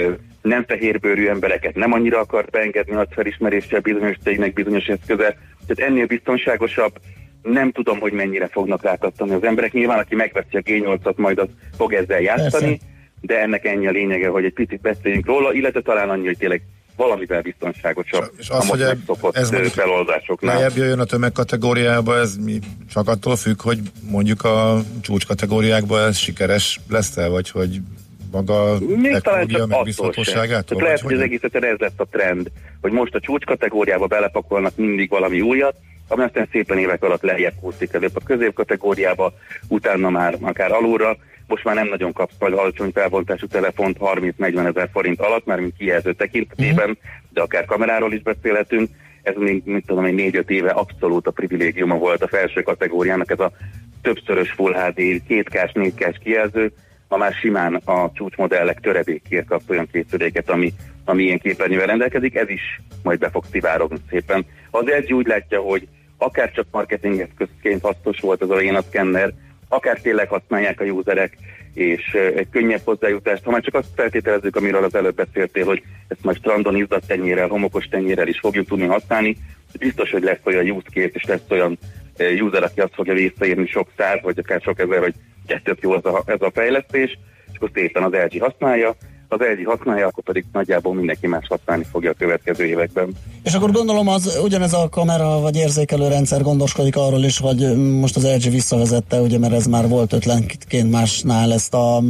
[SPEAKER 13] nem fehérbőrű embereket nem annyira akart beengedni arcfelismeréssel bizonyos cégnek bizonyos eszköze. Tehát ennél biztonságosabb. Nem tudom, hogy mennyire fognak rákattani az emberek. Nyilván, aki megveszi a G8-at, majd az fog ezzel játszani, persze. De ennek ennyi a lényege, hogy egy picit beszéljünk róla, illetve talán annyi, hogy tényleg valamivel biztonságosabb
[SPEAKER 3] és az, hogy ez
[SPEAKER 13] feloldásoknál.
[SPEAKER 3] Lejjebb jöjjön a tömegkategóriába, ez csak attól függ, hogy mondjuk a csúcs kategóriákban ez sikeres lesz-e, vagy hogy maga technológia megbízhatóságától?
[SPEAKER 13] Lehet, hogy az egészeten ez lett a trend, hogy most a csúcs kategóriába belepakolnak mindig valami újat, ami aztán szépen évek alatt lejjebb húztik, előbb a középkategóriába, utána már akár alulra. Most már nem nagyon kapsz majd alacsony felbontású telefont 30-40 ezer forint alatt, már mint kijelző tekintetében, de akár kameráról is beszélhetünk. Ez még, mit tudom, egy 4-5 éve abszolút a privilégiuma volt a felső kategóriának, ez a többszörös Full HD, 2K-s, 4K-s kijelző. Ma már simán a csúcsmodellek töredékért kapsz olyan készüléket, ami ilyen képernyővel rendelkezik, ez is majd be fog szivárogni szépen. Az LG úgy látja, hogy akár csak marketingeszközként hasznos volt az Arena Scanner, akár tényleg használják a userek, és egy könnyebb hozzájutást. Ha már csak azt feltételezzük, amiről az előbb beszéltél, hogy ezt majd strandon izzadt tenyérrel, homokos tenyérrel is fogjuk tudni használni, biztos, hogy lesz olyan use case, és lesz olyan user, aki azt fogja visszaírni sok száz, vagy akár sok ezer, hogy tök jó ez a fejlesztés, és akkor szépen az LG használja, akkor pedig nagyjából mindenki más használni fogja a következő években.
[SPEAKER 2] És akkor gondolom ugyanez a kamera vagy érzékelő rendszer gondoskodik arról is, hogy most az LG visszavezette, ugye, mert ez már volt ötlenként másnál, ezt a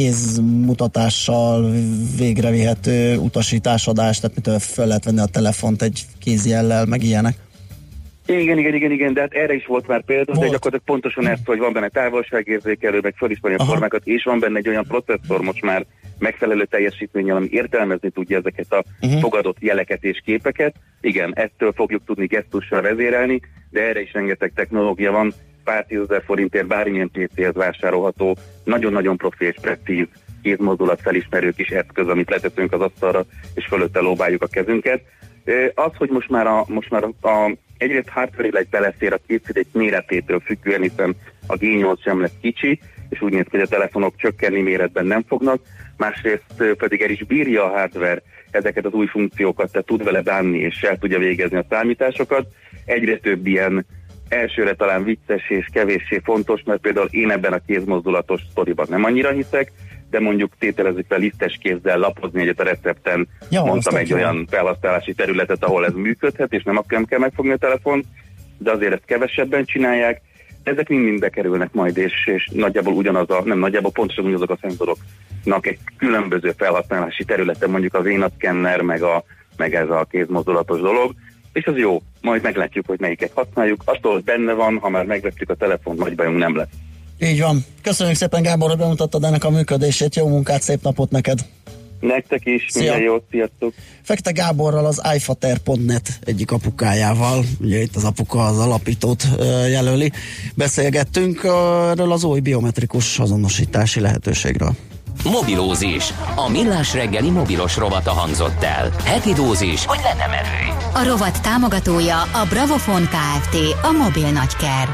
[SPEAKER 2] kézmutatással végrevihető utasításadást, tehát mitől föl lehet venni a telefont egy kézjellel, meg ilyenek.
[SPEAKER 13] Igen, de hát erre is volt már példa, de gyakorlatilag pontosan ezt, hogy van benne távolságérzékelő, meg felismeri a formákat, és van benne egy olyan processzor most már megfelelő teljesítménnyel, ami értelmezni tudja ezeket a fogadott jeleket és képeket. Igen, ettől fogjuk tudni gesztussal vezérelni, de erre is rengeteg technológia van, pár 10 000 forintért bármilyen PC-hez vásárolható, nagyon-nagyon profi és precíz kézmozdulat felismerő kis eszköz, amit leteszünk az asztalra, és fölötte lóbáljuk a kezünket. Az, hogy most már a egyrészt hardware-ileg beleszér a készülék méretétől függően, hiszen a G8 sem lesz kicsi, és úgy néz ki, hogy a telefonok csökkenni méretben nem fognak, másrészt pedig el is bírja a hardware ezeket az új funkciókat, tehát tud vele bánni, és el tudja végezni a számításokat. Egyre több ilyen elsőre talán vicces és kevéssé fontos, mert például én ebben a kézmozdulatos sztoriban nem annyira hiszek, de mondjuk tételezzük fel lisztes kézzel lapozni egyet a recepten, mondtam egy olyan felhasználási területet, ahol ez működhet, és nem kell megfogni a telefont, de azért ezt kevesebben csinálják. Ezek mind bekerülnek majd, és nagyjából pontosan ugyanazok a szenzoroknak egy különböző felhasználási területen, mondjuk az Arena Scanner, meg ez a kézmozdulatos dolog, és az jó, majd meglátjuk, hogy melyiket használjuk. Attól, hogy benne van, ha már megvettük a telefont, nagy bajunk nem lesz.
[SPEAKER 2] Így van. Köszönjük szépen, Gábor, hogy bemutattad ennek a működését. Jó munkát, szép napot neked!
[SPEAKER 13] Nektek is, minden jót, sziasztok!
[SPEAKER 2] Fekete Gáborral, az iFater.net egyik apukájával, ugye itt az apuka az alapítót jelöli, beszélgettünk erről az új biometrikus azonosítási lehetőségről.
[SPEAKER 1] Mobilózis. A Millás reggeli mobilos rovata hangzott el. Heti dózis, hogy lenne merő.
[SPEAKER 7] A rovat támogatója a Bravofon Kft. A mobil nagyker.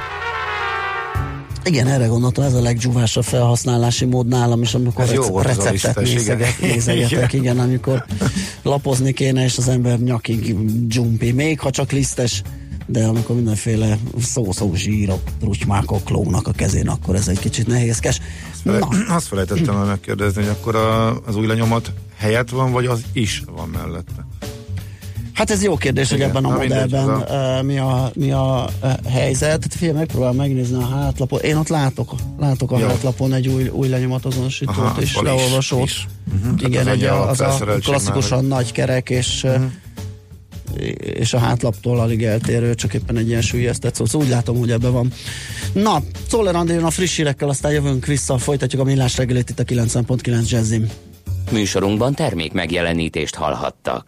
[SPEAKER 2] Igen, erre gondoltam, ez a leggyúvásabb felhasználási mód nálam is, amikor receptet nézegetek, igen, amikor lapozni kéne, és az ember nyakig dzsumpi, még ha csak lisztes, de amikor mindenféle szó zsírok, trutymákok lógnak a kezén, akkor ez egy kicsit nehézkes.
[SPEAKER 3] Azt felejtettem el megkérdezni, hogy akkor az új lenyomat helyett van, vagy az is van mellette?
[SPEAKER 2] Hát ez jó kérdés, igen, hogy ebben a modellben mi a helyzet. Figyelj, megpróbálom megnézni a hátlapot. Én ott látok a hátlapon egy új lenyomatozonosítót és leolvasót. Igen, az a klasszikusan nagy kerek, és a hátlaptól alig eltérő, csak éppen egy ilyen süllyesztett szó. Szóval úgy látom, hogy ebben van. Na, Czoller Andi jön a friss hírekkel, aztán jövünk vissza, folytatjuk a Millás reggelit itt a 90.9 Jazzin.
[SPEAKER 1] Műsorunkban termék megjelenítést hallhattak.